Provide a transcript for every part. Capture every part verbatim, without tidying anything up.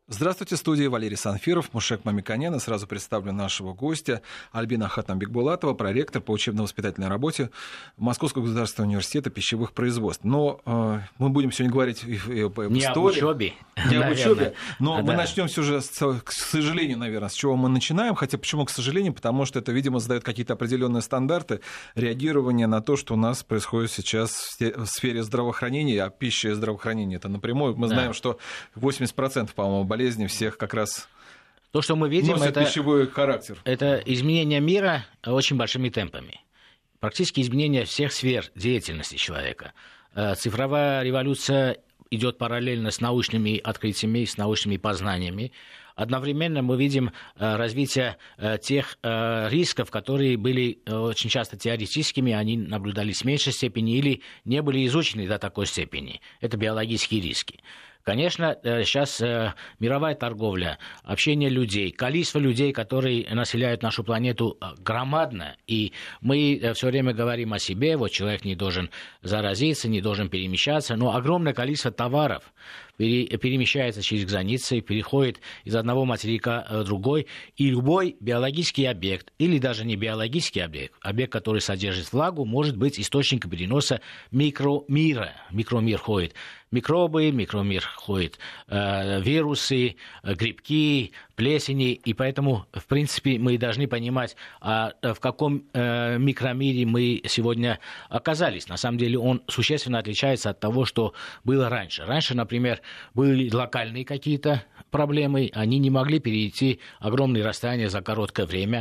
Здравствуйте, в студии Валерий Санфиров, Мушек Мамиканян. И сразу представлю нашего гостя Альбина Хатам-Бекбулатова, проректор по учебно-воспитательной работе Московского государственного университета пищевых производств. Но э, мы будем сегодня говорить и, и об не истории. Об учебе. Не об учебе. Но а, мы да. начнем все же, к сожалению, наверное, с чего мы начинаем. Хотя почему, к сожалению? Потому что это, видимо, задает какие-то определенные стандарты реагирования на то, что у нас происходит сейчас в сфере здравоохранения, а пища и здравоохранение это напрямую. Мы да. знаем, что восемьдесят процентов, по-моему, болезни всех как раз то, что мы видим, носит это, пищевой характер. Это изменение мира очень большими темпами. Практически изменение всех сфер деятельности человека. Цифровая революция идет параллельно с научными открытиями, с научными познаниями. Одновременно мы видим развитие тех рисков, которые были очень часто теоретическими, они наблюдались в меньшей степени или не были изучены до такой степени. Это биологические риски. Конечно, сейчас мировая торговля, общение людей, количество людей, которые населяют нашу планету, громадно. И мы все время говорим о себе, вот человек не должен заразиться, не должен перемещаться, но огромное количество товаров перемещается через границы, переходит из одного материка в другой, и любой биологический объект, или даже не биологический объект, объект, который содержит влагу, может быть источником переноса микромира. Микромир ходит микробы, микромир ходит э, вирусы, э, грибки, плесени, и поэтому, в принципе, мы должны понимать, а, в каком э, микромире мы сегодня оказались. На самом деле он существенно отличается от того, что было раньше. Раньше, например, были локальные какие-то проблемы, они не могли перейти огромные расстояния за короткое время.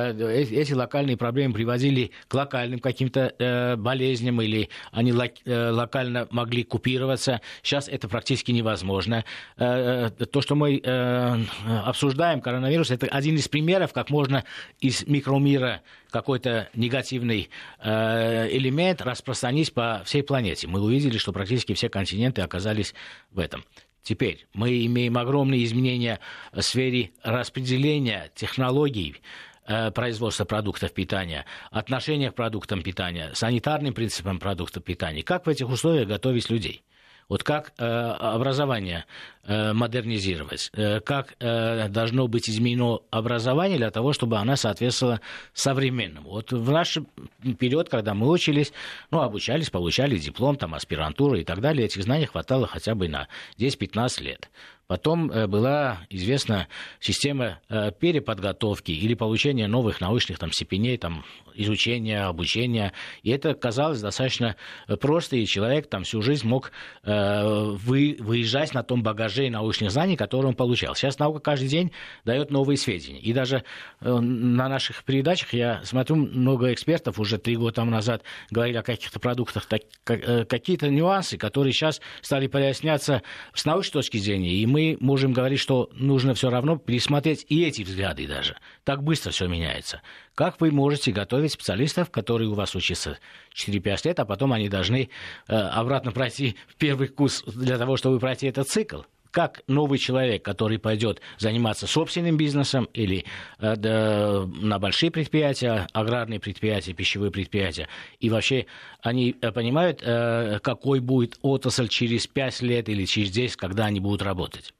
Эти локальные проблемы приводили к локальным каким-то болезням, или они локально могли купироваться. Сейчас это практически невозможно. То, что мы обсуждаем, коронавирус, это один из примеров, как можно из микромира какой-то негативный элемент распространить по всей планете. Мы увидели, что практически все континенты оказались в этом. Теперь мы имеем огромные изменения в сфере распределения технологий э, производства продуктов питания, отношения к продуктам питания, санитарным принципам продуктов питания. Как в этих условиях готовить людей? Вот как э, образование э, модернизировать, э, как э, должно быть изменено образование для того, чтобы оно соответствовало современному. Вот в наш период, когда мы учились, ну, обучались, получали диплом, там, аспирантуру и так далее, этих знаний хватало хотя бы на десять-пятнадцать лет. Потом была известна система переподготовки или получения новых научных там, степеней, там, изучения, обучения. И это казалось достаточно просто, и человек там, всю жизнь мог вы, выезжать на том багаже научных знаний, которые он получал. Сейчас наука каждый день дает новые сведения. И даже на наших передачах я смотрю, много экспертов уже три года тому назад говорили о каких-то продуктах, так, какие-то нюансы, которые сейчас стали проясняться с научной точки зрения, и мы мы можем говорить, что нужно все равно пересмотреть и эти взгляды даже. Так быстро все меняется. Как вы можете готовить специалистов, которые у вас учатся четыре-пять лет, а потом они должны э, обратно пройти в первый курс для того, чтобы пройти этот цикл? Как новый человек, который пойдет заниматься собственным бизнесом или э, да, на большие предприятия, аграрные предприятия, пищевые предприятия, и вообще они э, понимают, э, какой будет отрасль через пять лет или через десять, когда они будут работать?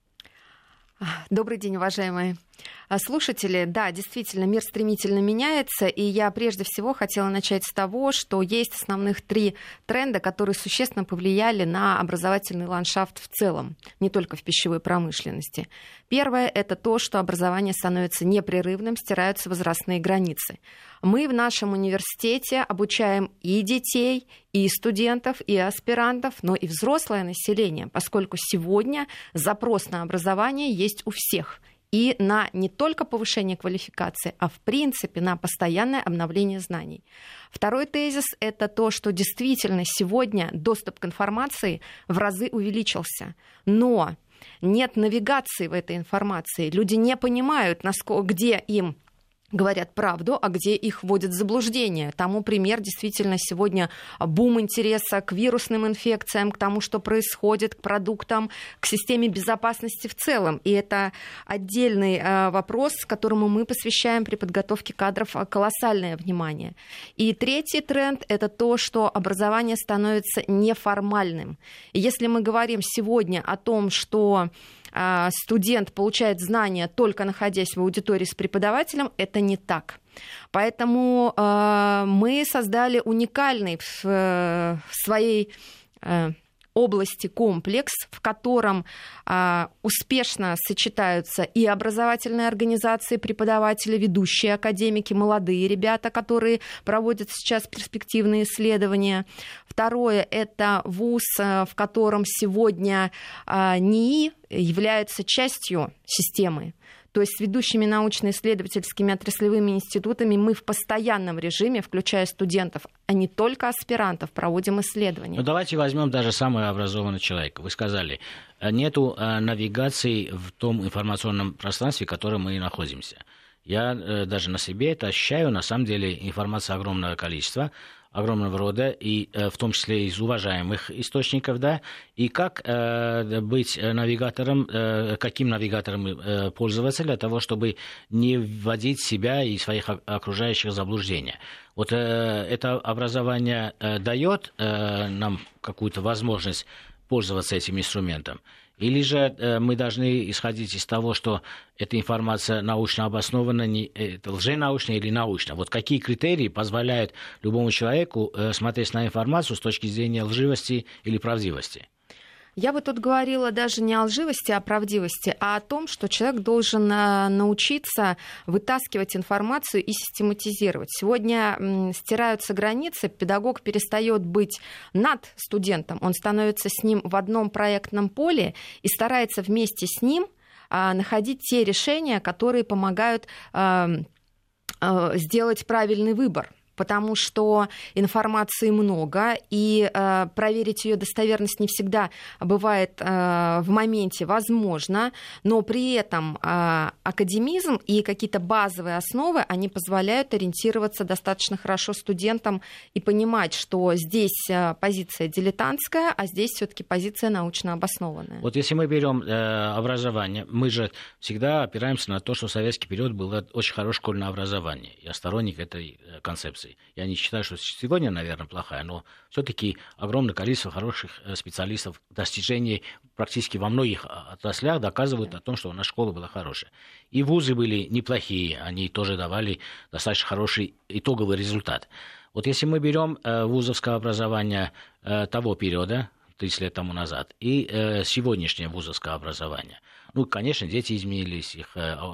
Добрый день, уважаемые слушатели. Да, действительно, мир стремительно меняется, и я прежде всего хотела начать с того, что есть основных три тренда, которые существенно повлияли на образовательный ландшафт в целом, не только в пищевой промышленности. Первое – это то, что образование становится непрерывным, стираются возрастные границы. Мы в нашем университете обучаем и детей, и студентов, и аспирантов, но и взрослое население, поскольку сегодня запрос на образование есть у всех. И на не только повышение квалификации, а в принципе на постоянное обновление знаний. Второй тезис – это то, что действительно сегодня доступ к информации в разы увеличился. Но нет навигации в этой информации. Люди не понимают, насколько, где им говорят правду, а где их вводят в заблуждение. Тому пример действительно сегодня бум интереса к вирусным инфекциям, к тому, что происходит, к продуктам, к системе безопасности в целом. И это отдельный э, вопрос, которому мы посвящаем при подготовке кадров колоссальное внимание. И третий тренд – это то, что образование становится неформальным. И если мы говорим сегодня о том, что студент получает знания, только находясь в аудитории с преподавателем, это не так. Поэтому мы создали уникальный в своей области комплекс, в котором а, успешно сочетаются и образовательные организации, преподаватели, ведущие академики, молодые ребята, которые проводят сейчас перспективные исследования. Второе – это вуз, в котором сегодня а, НИИ являются частью системы. То есть с ведущими научно-исследовательскими отраслевыми институтами мы в постоянном режиме, включая студентов, а не только аспирантов, проводим исследования. Ну, давайте возьмем даже самого образованного человека. Вы сказали, нету навигации в том информационном пространстве, в котором мы находимся. Я даже на себе это ощущаю. На самом деле информации огромного количества, огромного рода, и э, в том числе из уважаемых источников, да, и как э, быть навигатором, э, каким навигатором э, пользоваться для того, чтобы не вводить себя и своих окружающих в заблуждение. Вот э, это образование э, дает э, нам какую-то возможность пользоваться этим инструментом? Или же э, мы должны исходить из того, что эта информация научно обоснована, не, это лженаучная или научная? Вот какие критерии позволяют любому человеку э, смотреть на информацию с точки зрения лживости или правдивости? Я бы тут говорила даже не о лживости, а о правдивости, а о том, что человек должен научиться вытаскивать информацию и систематизировать. Сегодня стираются границы, педагог перестает быть над студентом, он становится с ним в одном проектном поле и старается вместе с ним находить те решения, которые помогают сделать правильный выбор. Потому что информации много, и э, проверить ее достоверность не всегда бывает э, в моменте возможно, но при этом э, академизм и какие-то базовые основы, они позволяют ориентироваться достаточно хорошо студентам и понимать, что здесь позиция дилетантская, а здесь все-таки позиция научно обоснованная. Вот если мы берем э, образование, мы же всегда опираемся на то, что в советский период было очень хорошее школьное образование. Я сторонник этой э, концепции. Я не считаю, что сегодня, наверное, плохая, но все-таки огромное количество хороших специалистов, достижений практически во многих отраслях доказывают о том, что у нас школа была хорошая. И вузы были неплохие, они тоже давали достаточно хороший итоговый результат. Вот если мы берем вузовское образование того периода, тридцать лет тому назад, и сегодняшнее вузовское образование, ну, конечно, дети изменились, их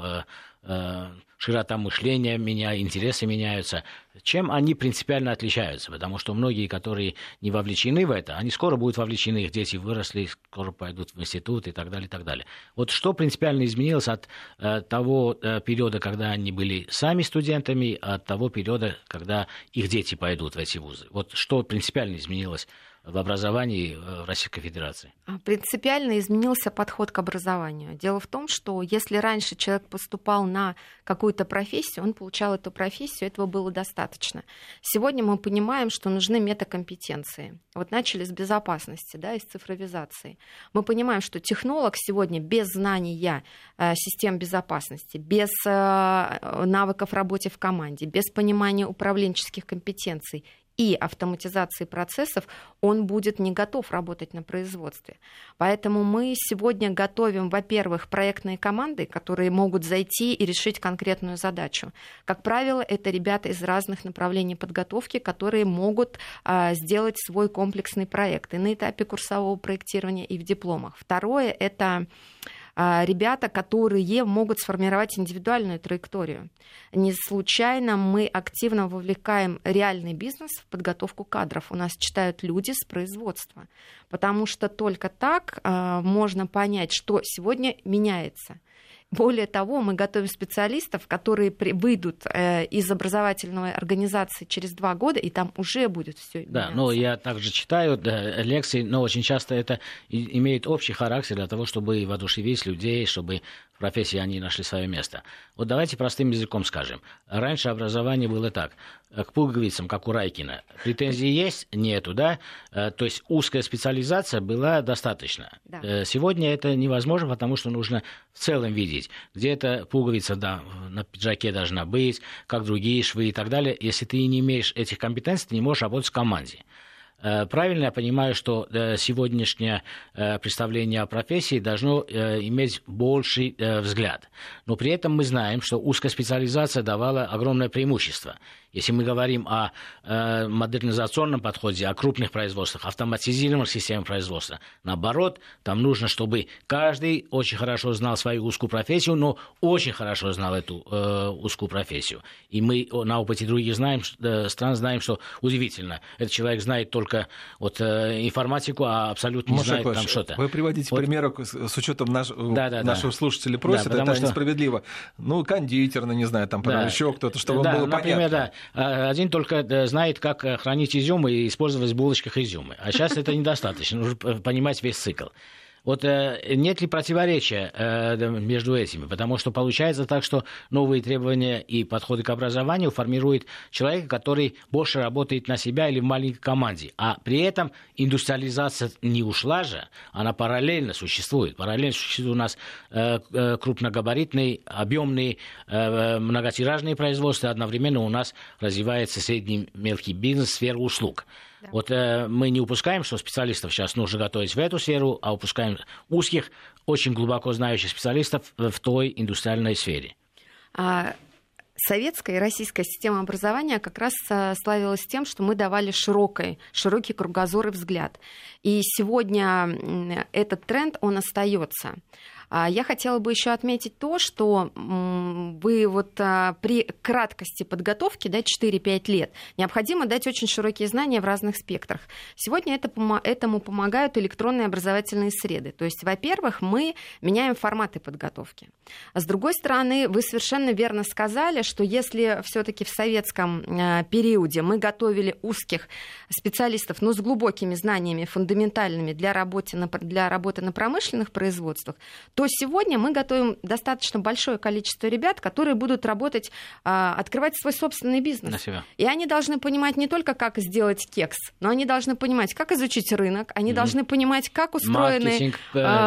широта мышления меняется, интересы меняются. Чем они принципиально отличаются? Потому что многие, которые не вовлечены в это, они скоро будут вовлечены, их дети выросли, скоро пойдут в институт и так далее, и так далее. Вот что принципиально изменилось от э, того э, периода, когда они были сами студентами, от того периода, когда их дети пойдут в эти вузы? Вот что принципиально изменилось в образовании в Российской Федерации? Принципиально изменился подход к образованию. Дело в том, что если раньше человек поступал на какую-то профессию, он получал эту профессию, этого было достаточно. Сегодня мы понимаем, что нужны метакомпетенции. Вот начали с безопасности, да, и с цифровизации. Мы понимаем, что технолог сегодня без знания э, систем безопасности, без э, навыков работы в команде, без понимания управленческих компетенций и автоматизации процессов, он будет не готов работать на производстве. Поэтому мы сегодня готовим, во-первых, проектные команды, которые могут зайти и решить конкретную задачу. Как правило, это ребята из разных направлений подготовки, которые могут а, сделать свой комплексный проект и на этапе курсового проектирования, и в дипломах. Второе – это ребята, которые могут сформировать индивидуальную траекторию. Не случайно мы активно вовлекаем реальный бизнес в подготовку кадров. У нас читают люди с производства, потому что только так э, можно понять, что сегодня меняется. Более того, мы готовим специалистов, которые при, выйдут э, из образовательной организации через два года, и там уже будет все меняться. Да, но я также читаю да, лекции, но очень часто это и, имеет общий характер для того, чтобы воодушевить людей, чтобы в профессии они нашли свое место. Вот давайте простым языком скажем. Раньше образование было так, к пуговицам, как у Райкина. Претензий есть? Нету, да? То есть узкая специализация была достаточно. Да. Сегодня это невозможно, потому что нужно в целом видеть, где эта пуговица, да, на пиджаке должна быть, как другие швы и так далее. Если ты не имеешь этих компетенций, ты не можешь работать в команде. Правильно я понимаю, что сегодняшнее представление о профессии должно иметь больший взгляд. Но при этом мы знаем, что узкоспециализация давала огромное преимущество. Если мы говорим о э, модернизационном подходе, о крупных производствах, автоматизированных системах производства, наоборот, там нужно, чтобы каждый очень хорошо знал свою узкую профессию, но очень хорошо знал эту э, узкую профессию. И мы на опыте других знаем, э, стран знаем, что удивительно. Этот человек знает только вот, э, информатику, а абсолютно не Маша знает Клаш, там что-то. Вы приводите вот. примеры с учетом наш... да, да, нашего да. слушателя просят, да, это что... несправедливо. Ну, кондитер, ну, не знаю, там, да. еще кто-то, чтобы да, было например, понятно. Да. Один только знает, как хранить изюм и использовать в булочках изюмы. А сейчас это недостаточно, нужно понимать весь цикл. Вот нет ли противоречия между этими? Потому что получается так, что новые требования и подходы к образованию формируют человека, который больше работает на себя или в маленькой команде. А при этом индустриализация не ушла же, она параллельно существует. Параллельно существуют у нас крупногабаритные, объемные, многотиражные производства. Одновременно у нас развивается средний мелкий бизнес, сфера услуг. Да. Вот э, мы не упускаем, что специалистов сейчас нужно готовить в эту сферу, а упускаем узких, очень глубоко знающих специалистов в той индустриальной сфере. А... Советская и российская система образования как раз славилась тем, что мы давали широкий, широкий кругозор и взгляд. И сегодня этот тренд, он остается. Я хотела бы еще отметить то, что вы вот при краткости подготовки, да, четыре-пять лет, необходимо дать очень широкие знания в разных спектрах. Сегодня это, этому помогают электронные образовательные среды. То есть, во-первых, мы меняем форматы подготовки. А с другой стороны, вы совершенно верно сказали, что если все-таки в советском периоде мы готовили узких специалистов, но с глубокими знаниями фундаментальными для работы на, для работы на промышленных производствах, то сегодня мы готовим достаточно большое количество ребят, которые будут работать, открывать свой собственный бизнес. И они должны понимать не только, как сделать кекс, но они должны понимать, как изучить рынок, они mm-hmm. должны понимать, как устроены маркетинг,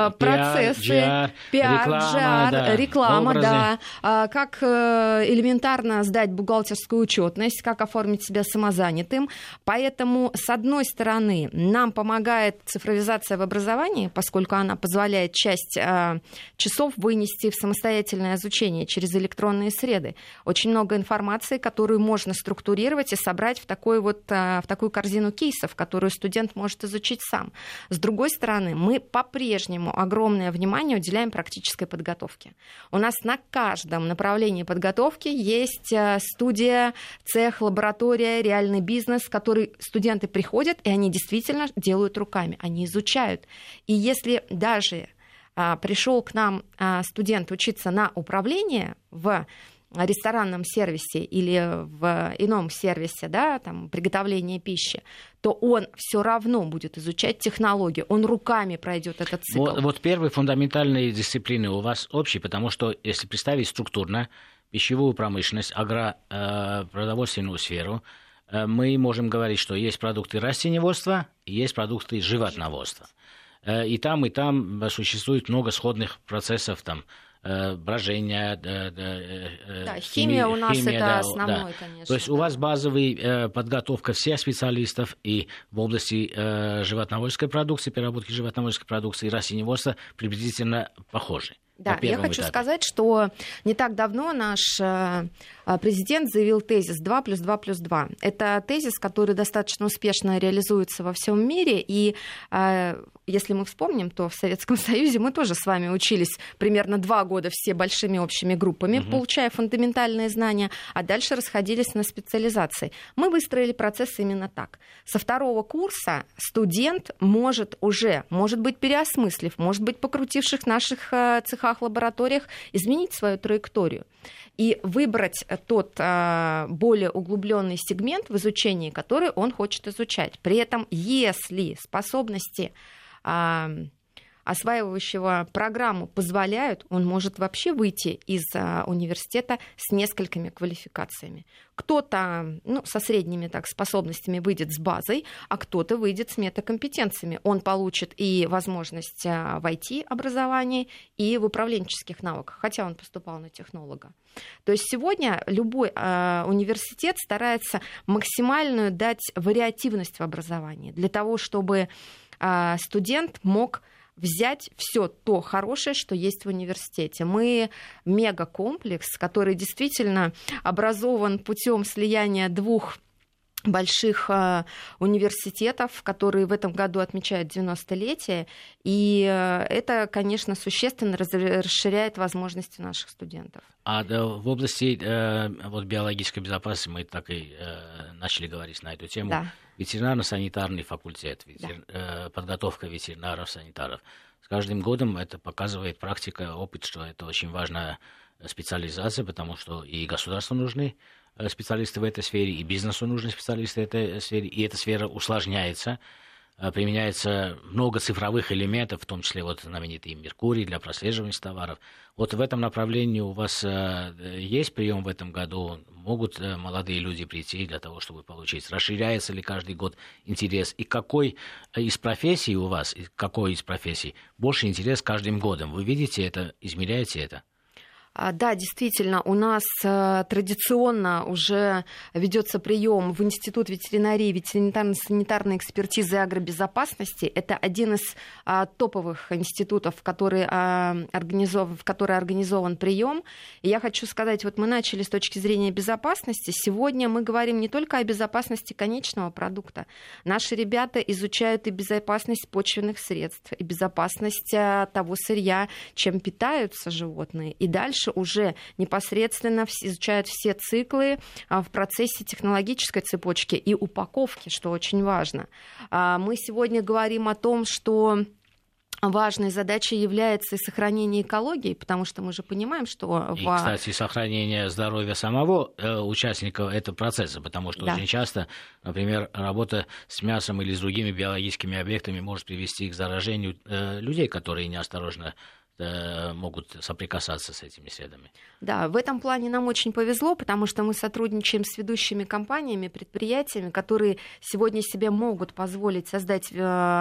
процессы, пиар, джар, да, реклама, да, как элементарно сдать бухгалтерскую отчетность, как оформить себя самозанятым. Поэтому, с одной стороны, нам помогает цифровизация в образовании, поскольку она позволяет часть часов вынести в самостоятельное изучение через электронные среды. Очень много информации, которую можно структурировать и собрать в, такой вот, в такую корзину кейсов, которую студент может изучить сам. С другой стороны, мы по-прежнему огромное внимание уделяем практической подготовке. У нас на каждом направлении подготовки есть студия, цех, лаборатория, реальный бизнес, в который студенты приходят, и они действительно делают руками, они изучают. И если даже пришел к нам студент учиться на управление в ресторанном сервисе или в ином сервисе, да, там, приготовления пищи, то он все равно будет изучать технологию, он руками пройдет этот цикл. Вот, вот первые фундаментальные дисциплины у вас общие, потому что если представить структурно пищевую промышленность, агропродовольственную сферу, мы можем говорить, что есть продукты растениеводства, есть продукты животноводства. И там, и там существует много сходных процессов, там, брожения, да, химия, химия у нас химия, это да, основной, да. Конечно. То есть да. У вас базовая подготовка всех специалистов и в области животноводческой продукции, переработки животноводческой продукции и растениеводства приблизительно похожи. Да, я хочу этапе. сказать, что не так давно наш президент заявил тезис два плюс два плюс два. Это тезис, который достаточно успешно реализуется во всем мире, и если мы вспомним, то в Советском Союзе мы тоже с вами учились примерно два года все большими общими группами, угу. получая фундаментальные знания, а дальше расходились на специализации. Мы выстроили процесс именно так. Со второго курса студент может уже, может быть, переосмыслив, может быть, покрутивших в наших цехах, лабораториях, изменить свою траекторию и выбрать тот а, более углубленный сегмент в изучении, который он хочет изучать. При этом, если способности а, осваивающего программу позволяют, он может вообще выйти из университета с несколькими квалификациями. Кто-то ну, со средними так, способностями выйдет с базой, а кто-то выйдет с метакомпетенциями. Он получит и возможность в ай ти-образовании, и в управленческих навыках, хотя он поступал на технолога. То есть сегодня любой э, университет старается максимальную дать вариативность в образовании для того, чтобы э, студент мог взять все то хорошее, что есть в университете. Мы мегакомплекс, который действительно образован путем слияния двух больших э, университетов, которые в этом году отмечают девяностолетие, и э, это, конечно, существенно раз, расширяет возможности наших студентов. А да, в области э, вот, биологической безопасности мы так и э, начали говорить на эту тему. Да. Ветеринарно-санитарный факультет, ветер... да. э, подготовка ветеринаров-санитаров. С каждым годом это показывает практика, опыт, что это очень важная специализация, потому что и государству нужны специалисты в этой сфере, и бизнесу нужны специалисты в этой сфере, и эта сфера усложняется, применяется много цифровых элементов, в том числе вот знаменитый Меркурий для прослеживания товаров. Вот в этом направлении у вас есть прием в этом году? Могут молодые люди прийти для того, чтобы получить? Расширяется ли каждый год интерес? И какой из профессий у вас, какой из профессий больше интерес каждым годом? Вы видите это, измеряете это? Да, действительно, у нас традиционно уже ведется прием в Институт ветеринарии, ветеринарно-санитарной экспертизы и агробезопасности. Это один из топовых институтов, в который организован, в который организован прием. И я хочу сказать, вот мы начали с точки зрения безопасности. Сегодня мы говорим не только о безопасности конечного продукта. Наши ребята изучают и безопасность почвенных средств, и безопасность того сырья, чем питаются животные. И дальше уже непосредственно изучают все циклы в процессе технологической цепочки и упаковки, что очень важно. Мы сегодня говорим о том, что важной задачей является и сохранение экологии, потому что мы же понимаем, что... И, в... кстати, сохранение здоровья самого э, участника этого процесса, потому что да. очень часто, например, работа с мясом или с другими биологическими объектами может привести к заражению э, людей, которые неосторожно могут соприкасаться с этими следами. Да, в этом плане нам очень повезло, потому что мы сотрудничаем с ведущими компаниями, предприятиями, которые сегодня себе могут позволить создать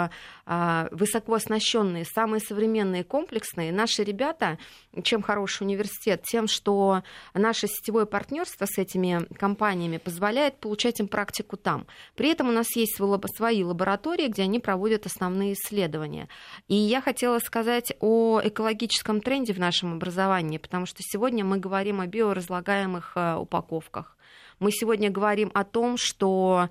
высоко оснащенные, самые современные, комплексные. Наши ребята, чем хороший университет, тем, что наше сетевое партнерство с этими компаниями позволяет получать им практику там. При этом у нас есть свои лаборатории, где они проводят основные исследования. И я хотела сказать о экологии экологическом тренде в нашем образовании, потому что сегодня мы говорим о биоразлагаемых упаковках. Мы сегодня говорим о том, что,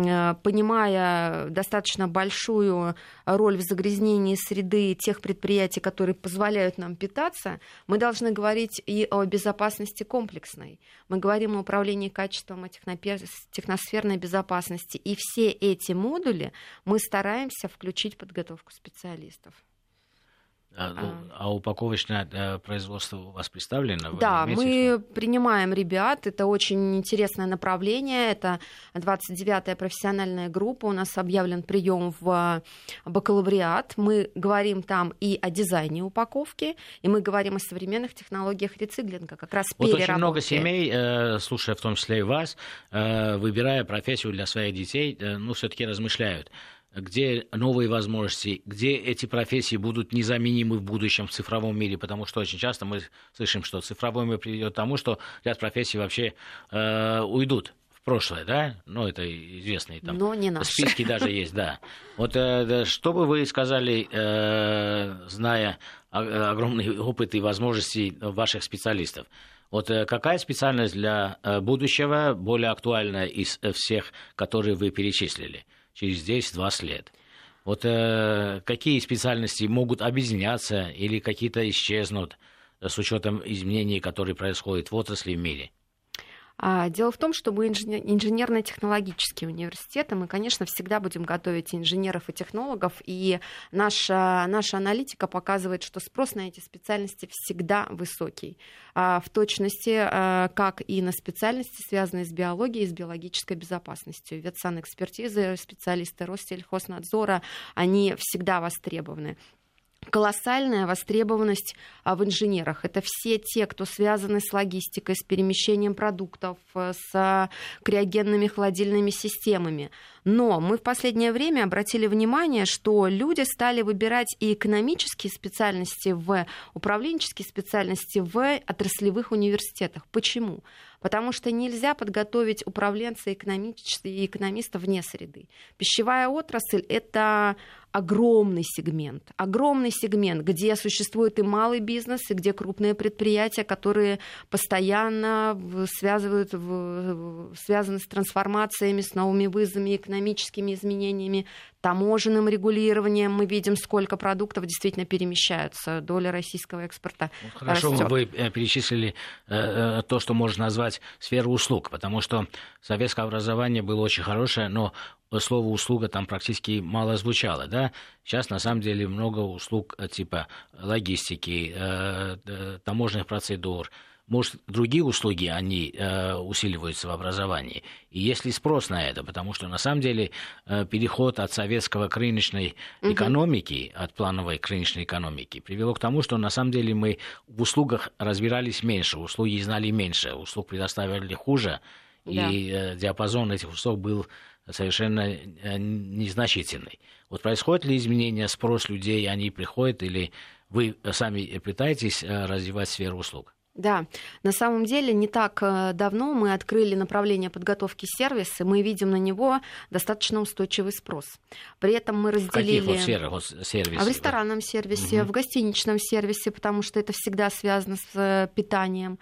понимая достаточно большую роль в загрязнении среды тех предприятий, которые позволяют нам питаться, мы должны говорить и о безопасности комплексной. Мы говорим о управлении качеством, о техносферной безопасности. И все эти модули мы стараемся включить в подготовку специалистов. А, ну, а упаковочное производство у вас представлено? Вы да, имеете, мы что... принимаем ребят. Это очень интересное направление. Это двадцать девятая профессиональная группа. У нас объявлен прием в бакалавриат. Мы говорим там и о дизайне упаковки, и мы говорим о современных технологиях рециклинга, как раз вот переработки. Очень много семей, слушая в том числе и вас, выбирая профессию для своих детей, ну, все-таки размышляют. Где новые возможности, где эти профессии будут незаменимы в будущем в цифровом мире, потому что очень часто мы слышим, что цифровой мир приведет к тому, что ряд профессий вообще э, уйдут в прошлое, да? Ну, это известные там Но не наши. Списки даже есть, да. Вот э, что бы вы сказали, э, зная огромный опыт и возможности ваших специалистов? Вот э, какая специальность для э, будущего более актуальна из э, всех, которые вы перечислили? Через десять-двадцать лет. Вот э, какие специальности могут объединяться или какие-то исчезнут с учетом изменений, которые происходят в отрасли в мире? Дело в том, что мы инженерно-технологический университет, и мы, конечно, всегда будем готовить инженеров и технологов, и наша, наша аналитика показывает, что спрос на эти специальности всегда высокий, в точности, как и на специальности, связанные с биологией и с биологической безопасностью. Ветсанэкспертизы, специалисты Россельхознадзора, они всегда востребованы. колоссальная востребованность в инженерах. Это все те, кто связаны с логистикой, с перемещением продуктов, с криогенными холодильными системами. Но мы в последнее время обратили внимание, что люди стали выбирать и экономические специальности в управленческие специальности в отраслевых университетах. Почему? Потому что нельзя подготовить управленца и экономиста вне среды. Пищевая отрасль — это огромный сегмент, огромный сегмент, где существует и малый бизнес, и где крупные предприятия, которые постоянно связывают, связаны с трансформациями, с новыми вызовами, экономическими изменениями, таможенным регулированием. Мы видим, сколько продуктов действительно перемещаются, доля российского экспорта Хорошо, растет. Вы перечислили э, то, что можно назвать сферой услуг, потому что советское образование было очень хорошее, но слово «услуга» там практически мало звучало, да? Сейчас, на самом деле, много услуг типа логистики, э, э, таможенных процедур. Может, другие услуги, они э, усиливаются в образовании. И есть ли спрос на это? Потому что, на самом деле, э, переход от советского к рыночной uh-huh. экономике, от плановой к рыночной экономике, привело к тому, что, на самом деле, мы в услугах разбирались меньше, услуги знали меньше, услуг предоставили хуже, yeah. и э, диапазон этих услуг был совершенно э, незначительный. Вот происходит ли изменение, спрос людей, они приходят, или вы сами пытаетесь э, развивать сферу услуг? Да, на самом деле не так давно мы открыли направление подготовки сервиса, мы видим на него достаточно устойчивый спрос. При этом мы разделили... В каких вот сферах? Вот сервисы, в ресторанном да? сервисе, угу. в гостиничном сервисе, потому что это всегда связано с питанием.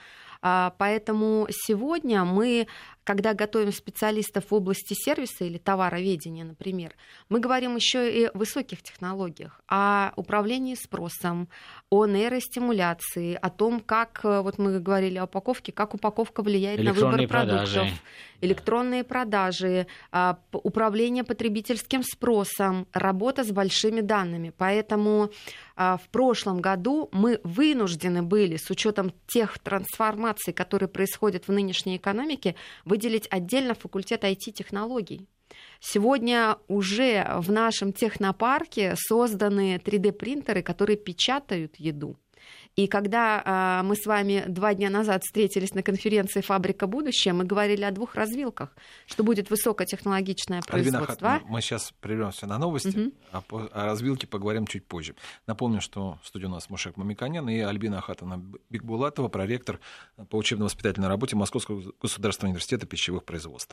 Поэтому сегодня мы, когда готовим специалистов в области сервиса или товароведения, например, мы говорим еще и о высоких технологиях, о управлении спросом, о нейростимуляции, о том, как, вот мы говорили о упаковке, как упаковка влияет на выбор продуктов, продажи. электронные продажи, управление потребительским спросом, работа с большими данными. Поэтому в прошлом году мы вынуждены были, с учетом тех трансформаций, которые происходят в нынешней экономике, выделить отдельно факультет ай ти-технологий. Сегодня уже в нашем технопарке созданы три дэ-принтеры, которые печатают еду. И когда э, мы с вами два дня назад встретились на конференции «Фабрика будущего», мы говорили о двух развилках, что будет высокотехнологичное производство. Альбина, мы сейчас прервемся на новости, угу. а по, о развилке поговорим чуть позже. Напомню, что в студии у нас Мушек Мамиканян и Альбина Ахатовна Бикбулатова, проректор по учебно-воспитательной работе Московского государственного университета пищевых производств.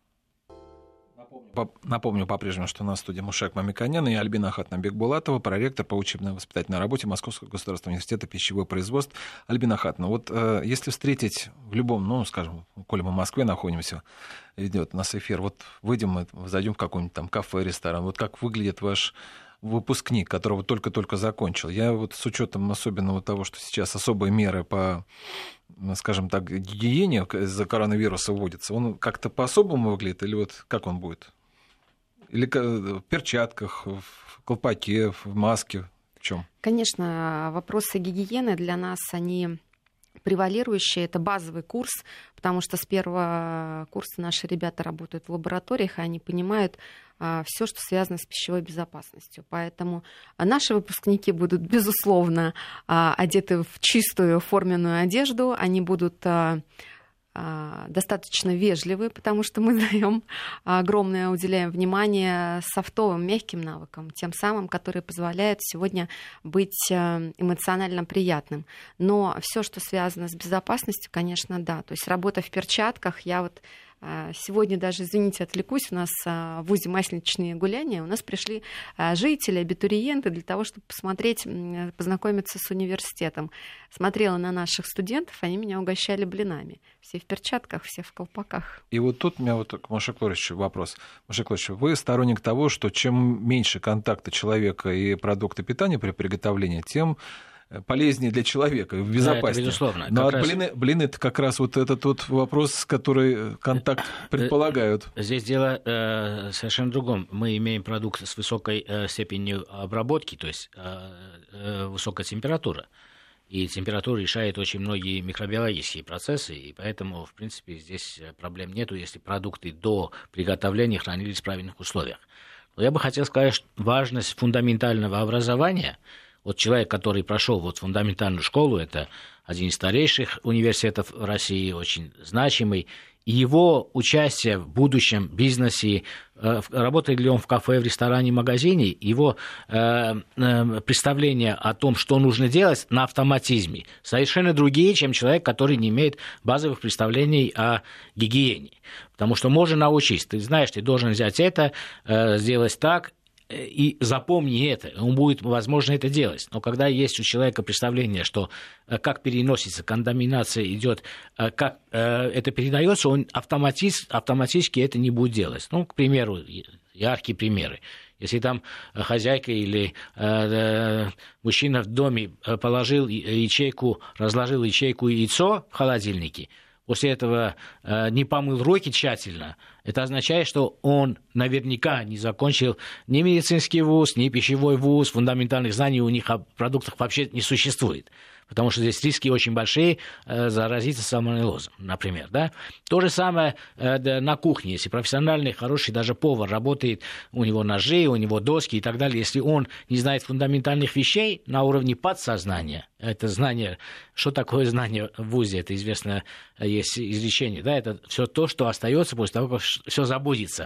Напомню по-прежнему, что у нас в студии Мушек Мамиканян и Альбина Ахатовна Бикбулатова, проректор по учебно-воспитательной работе Московского государственного университета пищевых производств. Альбина Ахатовна, вот э, если встретить в любом, ну, скажем, коли мы в Москве находимся, идет у нас эфир, вот выйдем, мы зайдем в какой-нибудь там кафе, ресторан, вот как выглядит ваш выпускник, которого только-только закончил. Я вот с учетом особенно того, что сейчас особые меры по, скажем так, гигиене из-за коронавируса вводятся, он как-то по-особому выглядит или вот как он будет? Или в перчатках, в колпаке, в маске, в чем? Конечно, вопросы гигиены для нас, они превалирующие. Это базовый курс, потому что с первого курса наши ребята работают в лабораториях, и они понимают а, все, что связано с пищевой безопасностью. Поэтому наши выпускники будут, безусловно, а, одеты в чистую форменную одежду, они будут... А, достаточно вежливы, потому что мы даем огромное, уделяем внимание софтовым, мягким навыкам, тем самым, которые позволяют сегодня быть эмоционально приятным. Но все, что связано с безопасностью, конечно, да. То есть работа в перчатках, я вот сегодня даже, извините, отвлекусь, у нас в ВУЗе «Масленичные гуляния», у нас пришли жители, абитуриенты для того, чтобы посмотреть, познакомиться с университетом. Смотрела на наших студентов, они меня угощали блинами. Все в перчатках, все в колпаках. И вот тут у меня вот к Маше Клоричу вопрос. Маше Клорич, вы сторонник того, что чем меньше контакта человека и продукта питания при приготовлении, тем полезнее для человека, безопаснее. Да, это безусловно. Но от раз... блины, блины это как раз вот этот вот вопрос, который контакт предполагают. Здесь дело э, совершенно в другом. Мы имеем продукт с высокой э, степенью обработки, то есть э, э, высокая температура. И температура решает очень многие микробиологические процессы, и поэтому, в принципе, здесь проблем нету, если продукты до приготовления хранились в правильных условиях. Но я бы хотел сказать, что важность фундаментального образования Вот человек, который прошел вот фундаментальную школу, это один из старейших университетов в России, очень значимый, и его участие в будущем бизнесе, работает ли он в кафе, в ресторане, магазине, его э, э, представление о том, что нужно делать на автоматизме, совершенно другие, чем человек, который не имеет базовых представлений о гигиене. Потому что можно научиться. Ты знаешь, ты должен взять это, э, сделать так, и запомни это, он будет, возможно, это делать. Но когда есть у человека представление, что как переносится, контаминация идет, как это передается, он автоматически, автоматически это не будет делать. Ну, к примеру, яркие примеры. Если там хозяйка или э, мужчина в доме положил ячейку, разложил ячейку яйцо в холодильнике, после этого э, не помыл руки тщательно, это означает, что он наверняка не закончил ни медицинский вуз, ни пищевой вуз, фундаментальных знаний у них о продуктах вообще не существует. Потому что здесь риски очень большие э, заразиться сальмонеллезом, например. Да? То же самое э, да, на кухне. Если профессиональный, хороший даже повар работает, у него ножи, у него доски и так далее. Если он не знает фундаментальных вещей на уровне подсознания, это знание, что такое знание в вузе, это известно, есть изречение, да? Это все то, что остается после того, как все забудется.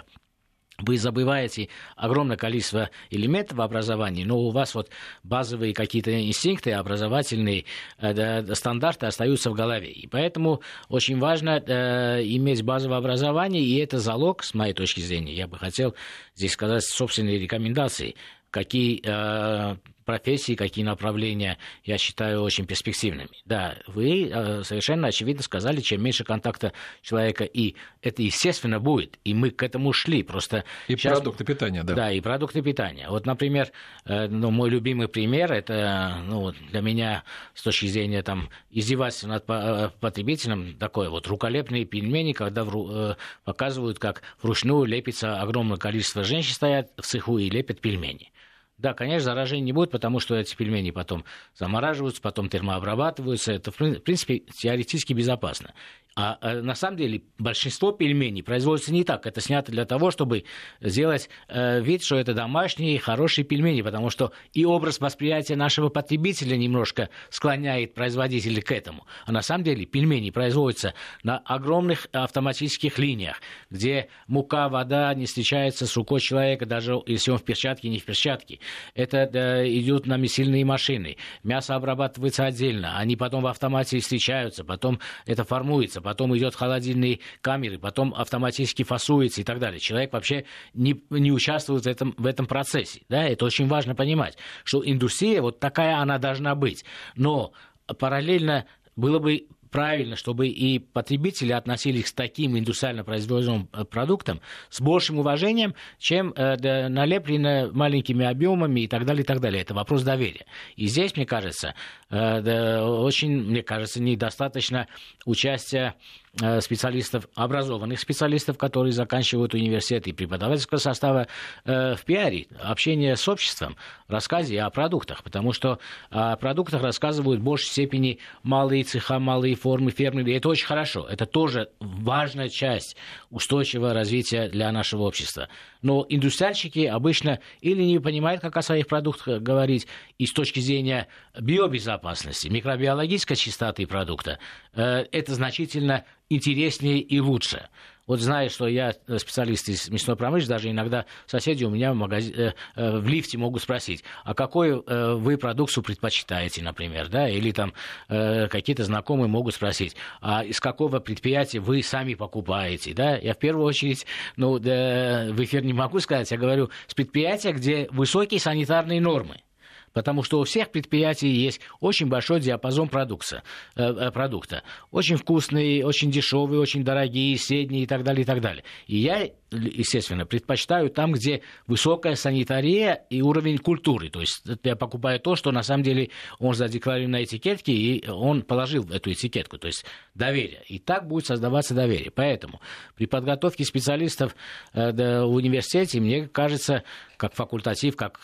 Вы забываете огромное количество элементов образования, но у вас вот базовые какие-то инстинкты образовательные, э, стандарты остаются в голове. И поэтому очень важно э, иметь базовое образование, и это залог, с моей точки зрения. Я бы хотел здесь сказать собственные рекомендации, какие э, профессии, какие направления я считаю очень перспективными. Да, вы э, совершенно очевидно сказали, чем меньше контакта человека, и это естественно будет, и мы к этому шли. Просто и сейчас... продукты питания, да. Да, и продукты питания. Вот, например, э, ну, мой любимый пример, это ну, для меня с точки зрения там, издевательства над потребителем, такое вот руколепные пельмени, когда вру, э, показывают, как вручную лепится огромное количество женщин, стоят в цеху и лепят пельмени. Да, конечно, заражения не будет, потому что эти пельмени потом замораживаются, потом термообрабатываются. Это, в принципе, теоретически безопасно. А, а на самом деле большинство пельменей производится не так. Это снято для того, чтобы сделать э, вид, что это домашние хорошие пельмени, потому что и образ восприятия нашего потребителя немножко склоняет производителей к этому. А на самом деле пельмени производятся на огромных автоматических линиях, где мука, вода не встречаются с рукой человека, даже если он в перчатке, не в перчатке. Это да, идет на месильные машины. Мясо обрабатывается отдельно, они потом в автомате встречаются, потом это формуется, потом идет холодильные камеры, потом автоматически фасуется и так далее. Человек вообще не, не участвует в этом, в этом процессе. Да? Это очень важно понимать, что индустрия вот такая она должна быть. Но параллельно было бы правильно, чтобы и потребители относились к таким индустриально производимым продуктам с большим уважением, чем э, да, налеплено маленькими объемами и так далее, и так далее. Это вопрос доверия. И здесь, мне кажется, э, да, очень, мне кажется, недостаточно участия специалистов, образованных специалистов, которые заканчивают университет, и преподавательского состава э, в пиаре, общение с обществом, рассказе о продуктах, потому что о продуктах рассказывают в большей степени малые цеха, малые формы, фермеры, и это очень хорошо, это тоже важная часть устойчивого развития для нашего общества. Но индустриальщики обычно или не понимают, как о своих продуктах говорить, и с точки зрения биобезопасности, микробиологической чистоты продукта, э, это значительно интереснее и лучше. Вот зная, что я специалист из мясной промышленности, даже иногда соседи у меня в, магазин, э, э, в лифте могут спросить, а какую э, вы продукцию предпочитаете, например, да, или там э, какие-то знакомые могут спросить, а из какого предприятия вы сами покупаете, да, я в первую очередь, ну, да, в эфир не могу сказать, я говорю, с предприятия, где высокие санитарные нормы. Потому что у всех предприятий есть очень большой диапазон продукта, э, продукта. Очень вкусные, очень дешевые, очень дорогие, средние и так далее, и так далее. И я, естественно, предпочитаю там, где высокая санитария и уровень культуры. То есть я покупаю то, что на самом деле он задекларирован на этикетке, и он положил эту этикетку. То есть доверие. И так будет создаваться доверие. Поэтому при подготовке специалистов э, в университете, мне кажется, как факультатив, как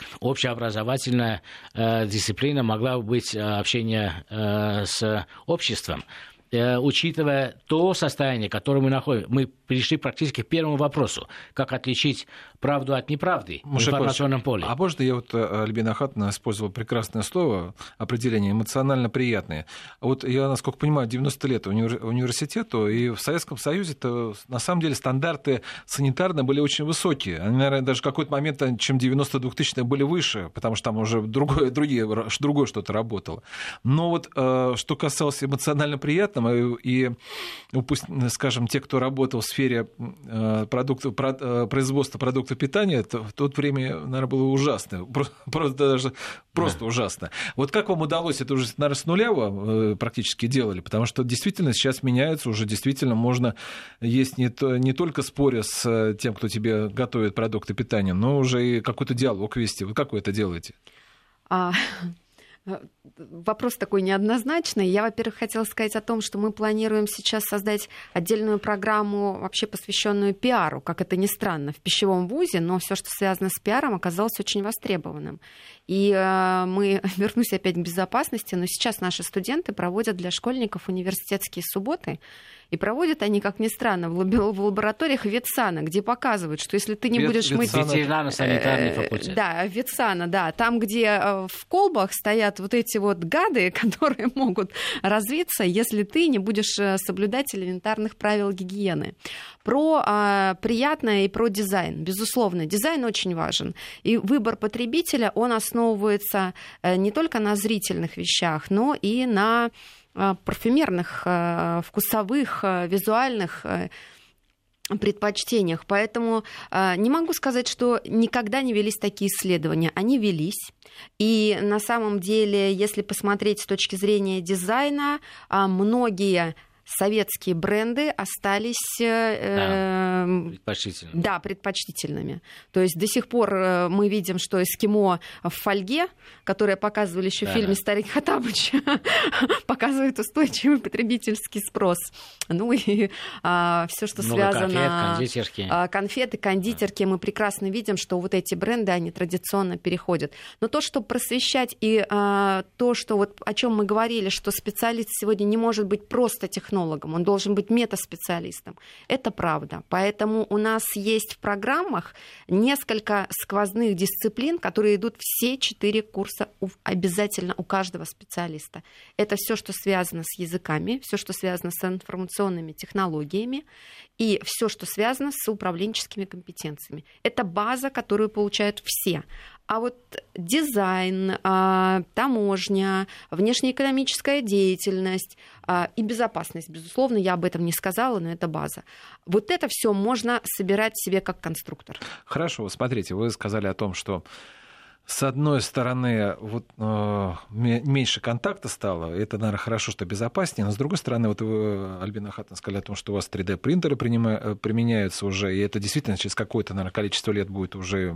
общеобразовательная э, дисциплина могла бы быть э, общение э, с обществом. э, учитывая то состояние, в котором мы находимся, мы пришли практически к первому вопросу, как отличить правду от неправды в информационном поле. А можно я вот, Альбина Ахатовна использовала прекрасное слово, определение эмоционально приятное. Вот я, насколько понимаю, девяносто лет универ... университету, и в Советском Союзе-то на самом деле стандарты санитарные были очень высокие. Они, наверное, даже в какой-то момент, чем девяносто двухтысячные, были выше, потому что там уже другое, другие, другое что-то работало. Но вот что касалось эмоционально приятного, и, скажем, те, кто работал в сфере продуктов, производства продуктов питания, то в то время, наверное, было ужасно. Просто даже просто да. ужасно. Вот как вам удалось, это уже, наверное, с нуля вы практически делали, потому что действительно сейчас меняется, уже действительно можно есть не, то, не только споря с тем, кто тебе готовит продукты питания, но уже и какой-то диалог вести. Вот как вы это делаете? А... Вопрос такой неоднозначный. Я, во-первых, хотела сказать о том, что мы планируем сейчас создать отдельную программу, вообще посвященную пиару, как это ни странно, в пищевом вузе, но все, что связано с пиаром, оказалось очень востребованным. И э, мы, вернусь опять к безопасности, но сейчас наши студенты проводят для школьников университетские субботы, и проводят они, как ни странно, в лабораториях ветсана, где показывают, что если ты не Вет, будешь мыть... Ветеринарно-санитарный факультет. Да, ветсана, да. Там, где в колбах стоят вот эти вот гады, которые могут развиться, если ты не будешь соблюдать элементарных правил гигиены. Про а, приятное и про дизайн. Безусловно, дизайн очень важен. И выбор потребителя, он основывается не только на зрительных вещах, но и на парфюмерных, вкусовых, визуальных предпочтениях. Поэтому не могу сказать, что никогда не велись такие исследования. Они велись. И на самом деле, если посмотреть с точки зрения дизайна, многие советские бренды остались да, э, предпочтительными. Да, предпочтительными. То есть до сих пор мы видим, что эскимо в фольге, которое показывали еще да, в фильме да. «Старик Хоттабыч», показывает устойчивый потребительский спрос. Ну и а, все, что много связано... Конфет, кондитерки. А, конфеты, кондитерки. Да. Мы прекрасно видим, что вот эти бренды, они традиционно переходят. Но то, что просвещать и а, то, что вот о чем мы говорили, что специалист сегодня не может быть просто технологом, он должен быть метаспециалистом. Это правда. Поэтому у нас есть в программах несколько сквозных дисциплин, которые идут все четыре курса обязательно у каждого специалиста. Это все, что связано с языками, все, что связано с информационными технологиями и все, что связано с управленческими компетенциями. Это база, которую получают все. А вот дизайн, таможня, внешнеэкономическая деятельность и безопасность, безусловно, я об этом не сказала, но это база. Вот это все можно собирать себе как конструктор. Хорошо, смотрите, вы сказали о том, что с одной стороны, вот, э, меньше контакта стало, это, наверное, хорошо, что безопаснее, но с другой стороны, вот вы, Альбина Ахатовна, сказали о том, что у вас три дэ-принтеры принима- применяются уже, и это действительно через какое-то, наверное, количество лет будет уже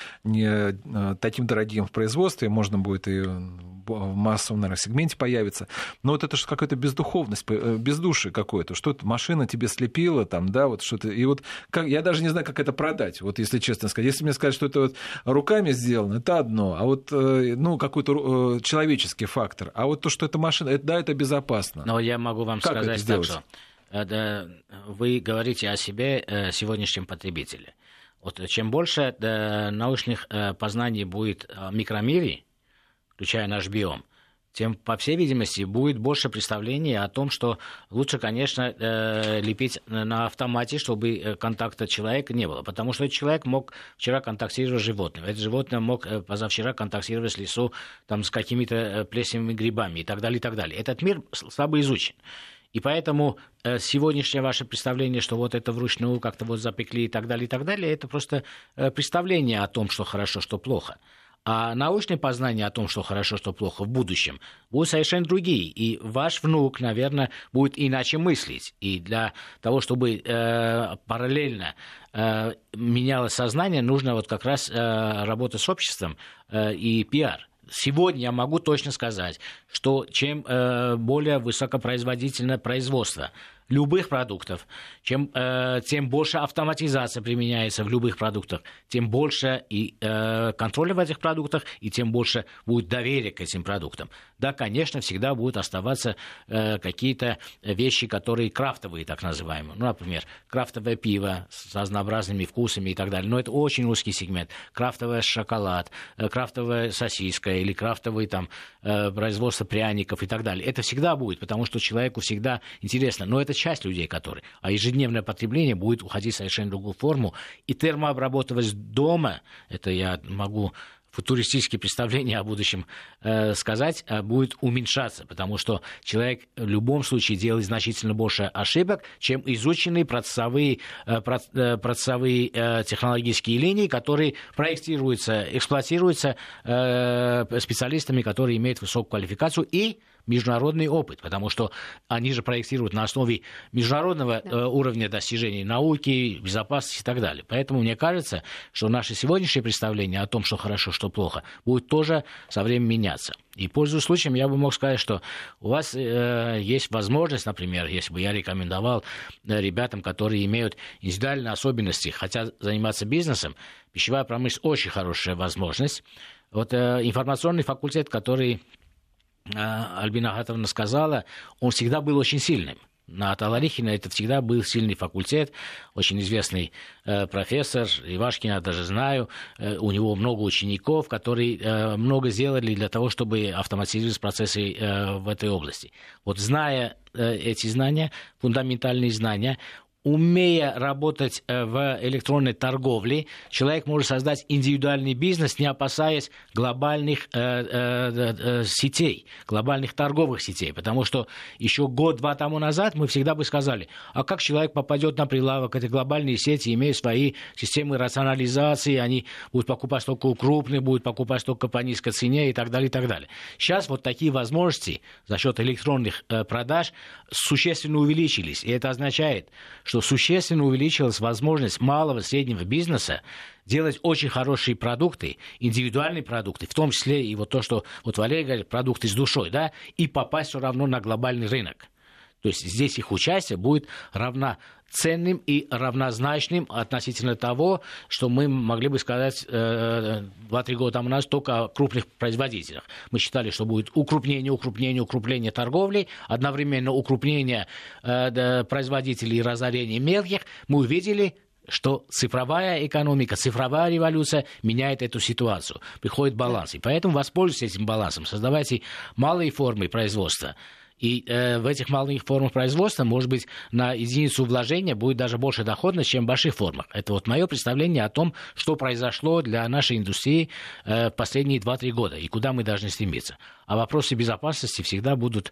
не таким дорогим в производстве, можно будет и в массовом, наверное, сегменте появиться, но вот это же какая-то бездуховность, бездушие какое-то, что-то машина тебе слепила, там, да, вот что-то, и вот как, я даже не знаю, как это продать, вот если честно сказать, если мне сказать, что это вот руками сделано, это одно, а вот, ну, какой-то человеческий фактор, а вот то, что это машина, это, да, это безопасно. Но я могу вам как сказать так, что да, вы говорите о себе, сегодняшнем потребителе. Вот чем больше да, научных познаний будет в микромире, включая наш биом, тем, по всей видимости, будет больше представления о том, что лучше, конечно, лепить на автомате, чтобы контакта человека не было. Потому что этот человек мог вчера контактировать с животным. Это животное мог позавчера контактировать в лесу там, с какими-то плесневыми грибами и так далее, и так далее. Этот мир слабо изучен. И поэтому сегодняшнее ваше представление, что вот это вручную как-то вот запекли и так далее, и так далее, это просто представление о том, что хорошо, что плохо. А научные познания о том, что хорошо, что плохо в будущем, будут совершенно другие. И ваш внук, наверное, будет иначе мыслить. И для того, чтобы э, параллельно э, менялось сознание, нужно вот как раз э, работа с обществом э, и пиар. Сегодня я могу точно сказать, что чем э, более высокопроизводительное производство любых продуктов, чем, э, тем больше автоматизация применяется в любых продуктах, тем больше и э, контроля в этих продуктах, и тем больше будет доверие к этим продуктам. Да, конечно, всегда будут оставаться э, какие-то вещи, которые крафтовые, так называемые. Ну, например, крафтовое пиво с разнообразными вкусами и так далее. Но это очень узкий сегмент. Крафтовый шоколад, э, крафтовая сосиска или крафтовый там, э, производство пряников и так далее. Это всегда будет, потому что человеку всегда интересно. Но это часть людей, которые... А ежедневное потребление будет уходить в совершенно другую форму. И термообработывать дома, это я могу футуристические представления о будущем э, сказать, э, будет уменьшаться, потому что человек в любом случае делает значительно больше ошибок, чем изученные процессовые, э, процессовые э, технологические линии, которые проектируются, эксплуатируются э, специалистами, которые имеют высокую квалификацию и международный опыт, потому что они же проектируют на основе международного да. э, уровня достижений науки, безопасности и так далее. Поэтому мне кажется, что наше сегодняшнее представление о том, что хорошо, что плохо, будет тоже со временем меняться. И, пользуясь случаем, я бы мог сказать, что у вас э, есть возможность, например, если бы я рекомендовал э, ребятам, которые имеют индивидуальные особенности, хотят заниматься бизнесом, пищевая промышленность очень хорошая возможность. Вот э, информационный факультет, который Альбина Ахатовна сказала, он всегда был очень сильным. На Таларихина это всегда был сильный факультет, очень известный э, профессор, Ивашкина я даже знаю, э, у него много учеников, которые э, много сделали для того, чтобы автоматизировать процессы э, в этой области. Вот зная э, эти знания, фундаментальные знания, умея работать в электронной торговле, человек может создать индивидуальный бизнес, не опасаясь глобальных э, э, э, сетей, глобальных торговых сетей. Потому что еще год-два тому назад мы всегда бы сказали, а как человек попадет на прилавок, эти глобальные сети имеют свои системы рационализации, они будут покупать только у крупных, будут покупать только по низкой цене и так далее, и так далее. Сейчас вот такие возможности за счет электронных э, продаж существенно увеличились. И это означает, что существенно увеличилась возможность малого и среднего бизнеса делать очень хорошие продукты, индивидуальные продукты, в том числе и вот то, что вот Валерий говорит, продукты с душой, да, и попасть все равно на глобальный рынок. То есть здесь их участие будет равноценным и равнозначным относительно того, что мы могли бы сказать два-три года тому назад только о крупных производителях. Мы считали, что будет укрупнение, укрупнение, укрупнение торговли, одновременно укрупнение э, производителей и разорение мелких. Мы увидели, что цифровая экономика, цифровая революция меняет эту ситуацию. Приходит баланс. И поэтому воспользуйтесь этим балансом. Создавайте малые формы производства. И э, в этих малых формах производства, может быть, на единицу вложения будет даже больше доходность, чем в больших формах. Это вот мое представление о том, что произошло для нашей индустрии э, в последние два-три года и куда мы должны стремиться. А вопросы безопасности всегда будут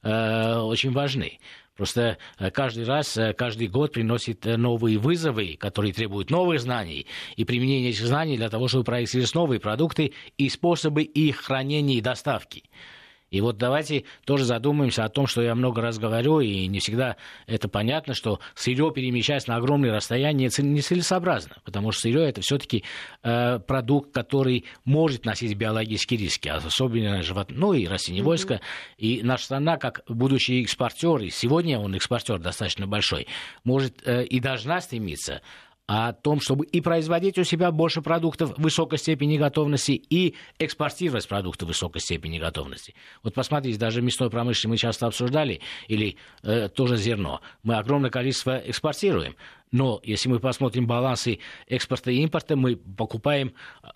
э, очень важны. Просто каждый раз, каждый год приносит новые вызовы, которые требуют новых знаний и применения этих знаний для того, чтобы проектировать новые продукты и способы их хранения и доставки. И вот давайте тоже задумаемся о том, что я много раз говорю, и не всегда это понятно, что сырье перемещать на огромные расстояния нецелесообразно, потому что сырье это все-таки э, продукт, который может носить биологические риски, особенно живот... ну и растениевойское. Mm-hmm. И наша страна, как будущий экспортер, и сегодня он экспортер достаточно большой, может э, и должна стремиться о том, чтобы и производить у себя больше продуктов высокой степени готовности, и экспортировать продукты высокой степени готовности. Вот посмотрите, даже мясной промышленности мы часто обсуждали, или э, тоже зерно. Мы огромное количество экспортируем. Но если мы посмотрим балансы экспорта и импорта, мы покупаем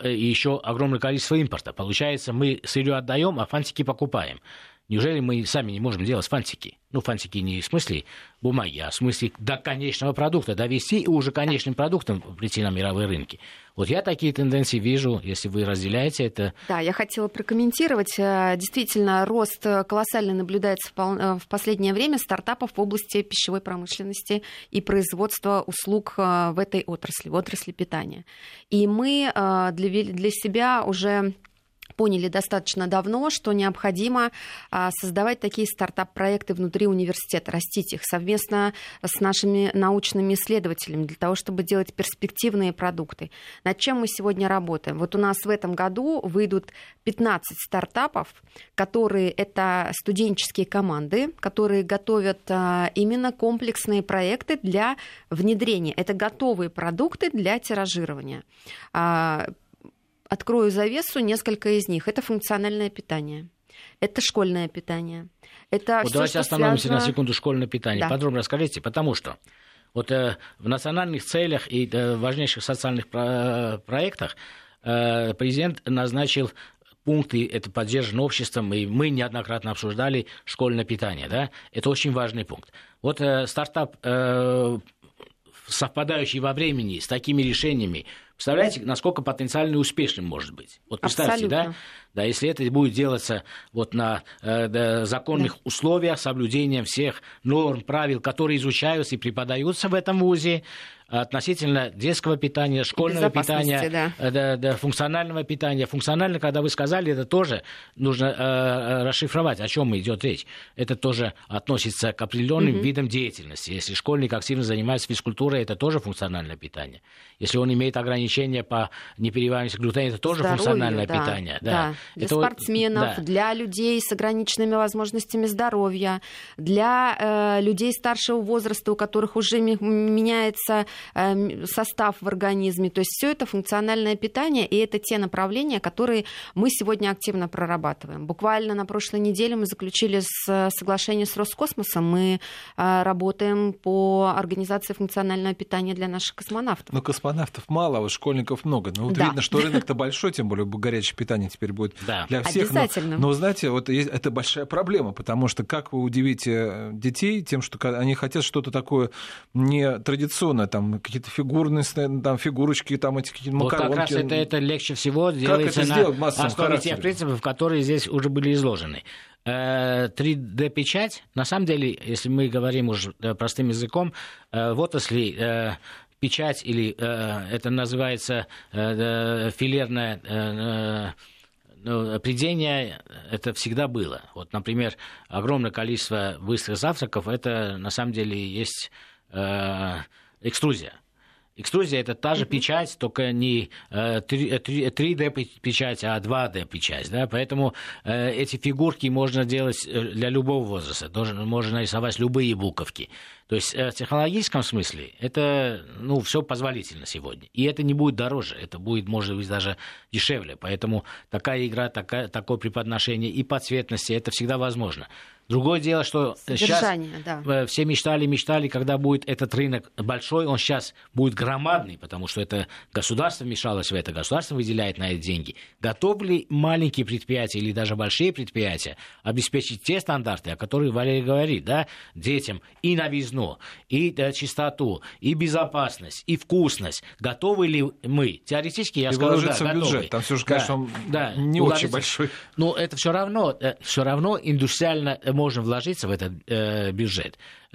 еще огромное количество импорта. Получается, мы сырье отдаем, а фантики покупаем. Неужели мы сами не можем делать фантики? Ну, фантики не в смысле бумаги, а в смысле до конечного продукта, довести и уже конечным продуктом прийти на мировые рынки. Вот я такие тенденции вижу, если вы разделяете это. Да, я хотела прокомментировать. Действительно, рост колоссальный наблюдается в последнее время стартапов в области пищевой промышленности и производства услуг в этой отрасли, в отрасли питания. И мы для, для себя уже поняли достаточно давно, что необходимо а, создавать такие стартап-проекты внутри университета, растить их совместно с нашими научными исследователями для того, чтобы делать перспективные продукты. Над чем мы сегодня работаем? Вот у нас в этом году выйдут пятнадцать стартапов, которые это студенческие команды, которые готовят а, именно комплексные проекты для внедрения. Это готовые продукты для тиражирования. А, Открою завесу, несколько из них. Это функциональное питание, это школьное питание. Это вот всё, давайте что остановимся связано... на секунду школьное питание. Да. Подробно расскажите, потому что вот э, в национальных целях и э, важнейших социальных про- проектах э, президент назначил пункты, это поддержано обществом, и мы неоднократно обсуждали школьное питание. Да? Это очень важный пункт. Вот э, стартап, э, совпадающий во времени с такими решениями, представляете, насколько потенциально успешным может быть? Вот представьте, да? Да, если это будет делаться вот на э, да, законных да. условиях, с соблюдением всех норм, правил, которые изучаются и преподаются в этом вузе, относительно детского питания, школьного питания, да. Да, да, функционального питания. Функционально, когда вы сказали, это тоже нужно э, расшифровать, о чем идет речь. Это тоже относится к определенным mm-hmm. видам деятельности. Если школьник активно занимается физкультурой, это тоже функциональное питание. Если он имеет ограничения по неперевариваемости глютена, это тоже Здоровью, функциональное да, питание. Да. Да. Для это спортсменов, да. для людей с ограниченными возможностями здоровья, для э, людей старшего возраста, у которых уже меняется состав в организме. То есть все это функциональное питание, и это те направления, которые мы сегодня активно прорабатываем. Буквально на прошлой неделе мы заключили соглашение с Роскосмосом. Мы работаем по организации функционального питания для наших космонавтов. Ну, космонавтов мало, а вот школьников много. Ну, вот да. видно, что рынок-то большой, тем более горячее питание теперь будет да. для всех. Обязательно. Но, но, знаете, вот есть, это большая проблема, потому что как вы удивите детей тем, что они хотят что-то такое нетрадиционное, там, какие-то фигурные, там, фигурочки, там, эти какие-то макаронки. Вот как раз это, это легче всего делается на основе тех принципов, которые здесь уже были изложены. три дэ-печать, на самом деле, если мы говорим уже простым языком, в отрасли печать, или это называется филерная Ну, придение это всегда было. Вот, например, огромное количество быстрых завтраков, это на самом деле есть э, экструзия. Экструзия – это та же печать, только не три дэ-печать, а два дэ-печать. Да? Поэтому э, эти фигурки можно делать для любого возраста. Тоже можно нарисовать любые буковки. То есть в технологическом смысле это ну, все позволительно сегодня. И это не будет дороже, это будет, может быть, даже дешевле. Поэтому такая игра, такая, такое преподношение и по цветности – это всегда возможно. Другое дело, что сейчас да. все мечтали, мечтали, когда будет этот рынок большой, он сейчас будет громадный, потому что это государство вмешалось в это, государство выделяет на это деньги. Готовы ли маленькие предприятия или даже большие предприятия обеспечить те стандарты, о которых Валерий говорит, да, детям и новизну, и да, чистоту, и безопасность, и вкусность? Готовы ли мы? Теоретически я и скажу, да, в готовы. Бюджет. Там все же, конечно, да, он да, не уложиться. Очень большой. Но это все равно, все равно индустриально можно вложиться в этот э, бюджет.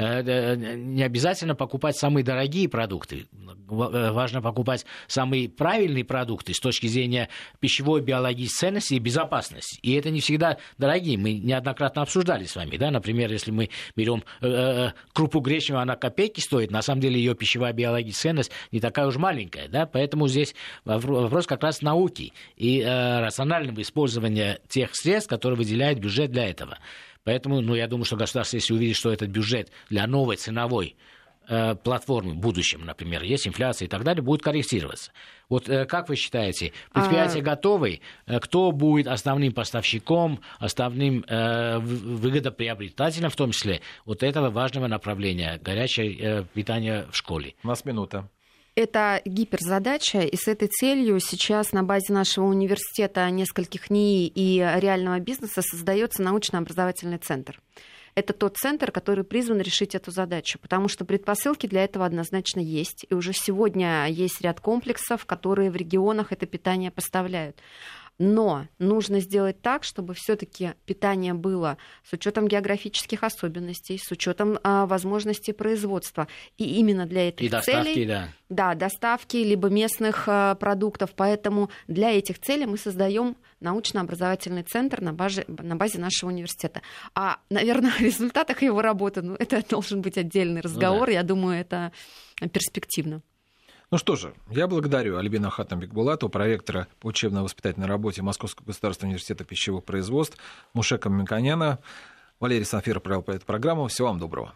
Э, не обязательно покупать самые дорогие продукты. Важно покупать самые правильные продукты с точки зрения пищевой биологической ценности и безопасности. И это не всегда дорогие. Мы неоднократно обсуждали с вами. Да? Например, если мы берем э, крупу гречневую, она копейки стоит. На самом деле ее пищевая биологическая ценность не такая уж маленькая. Да? Поэтому здесь вопрос как раз науки и э, рационального использования тех средств, которые выделяет бюджет для этого. Поэтому, ну, я думаю, что государство, если увидит, что этот бюджет для новой ценовой э, платформы в будущем, например, есть инфляция и так далее, будет корректироваться. Вот э, как вы считаете, предприятия а... готовы? Э, кто будет основным поставщиком, основным э, выгодоприобретателем, в том числе, вот этого важного направления горячее э, питание в школе? У нас минута. Это гиперзадача, и с этой целью сейчас на базе нашего университета, нескольких НИИ и реального бизнеса создается научно-образовательный центр. Это тот центр, который призван решить эту задачу, потому что предпосылки для этого однозначно есть. И уже сегодня есть ряд комплексов, которые в регионах это питание поставляют. Но нужно сделать так, чтобы все-таки питание было с учетом географических особенностей, с учетом а, возможностей производства. И именно для этих и доставки, целей... да. Да, доставки, либо местных а, продуктов. Поэтому для этих целей мы создаем научно-образовательный центр на базе, на базе нашего университета. А, наверное, о результатах его работы, ну, это должен быть отдельный разговор. Ну, да. Я думаю, это перспективно. Ну что же, я благодарю Альбину Ахатовну Бикбулатову, проректора по учебно-воспитательной работе Московского государственного университета пищевых производств, Мушека Мамиканяна. Валерий Санфиров провел эту программу. Всего вам доброго.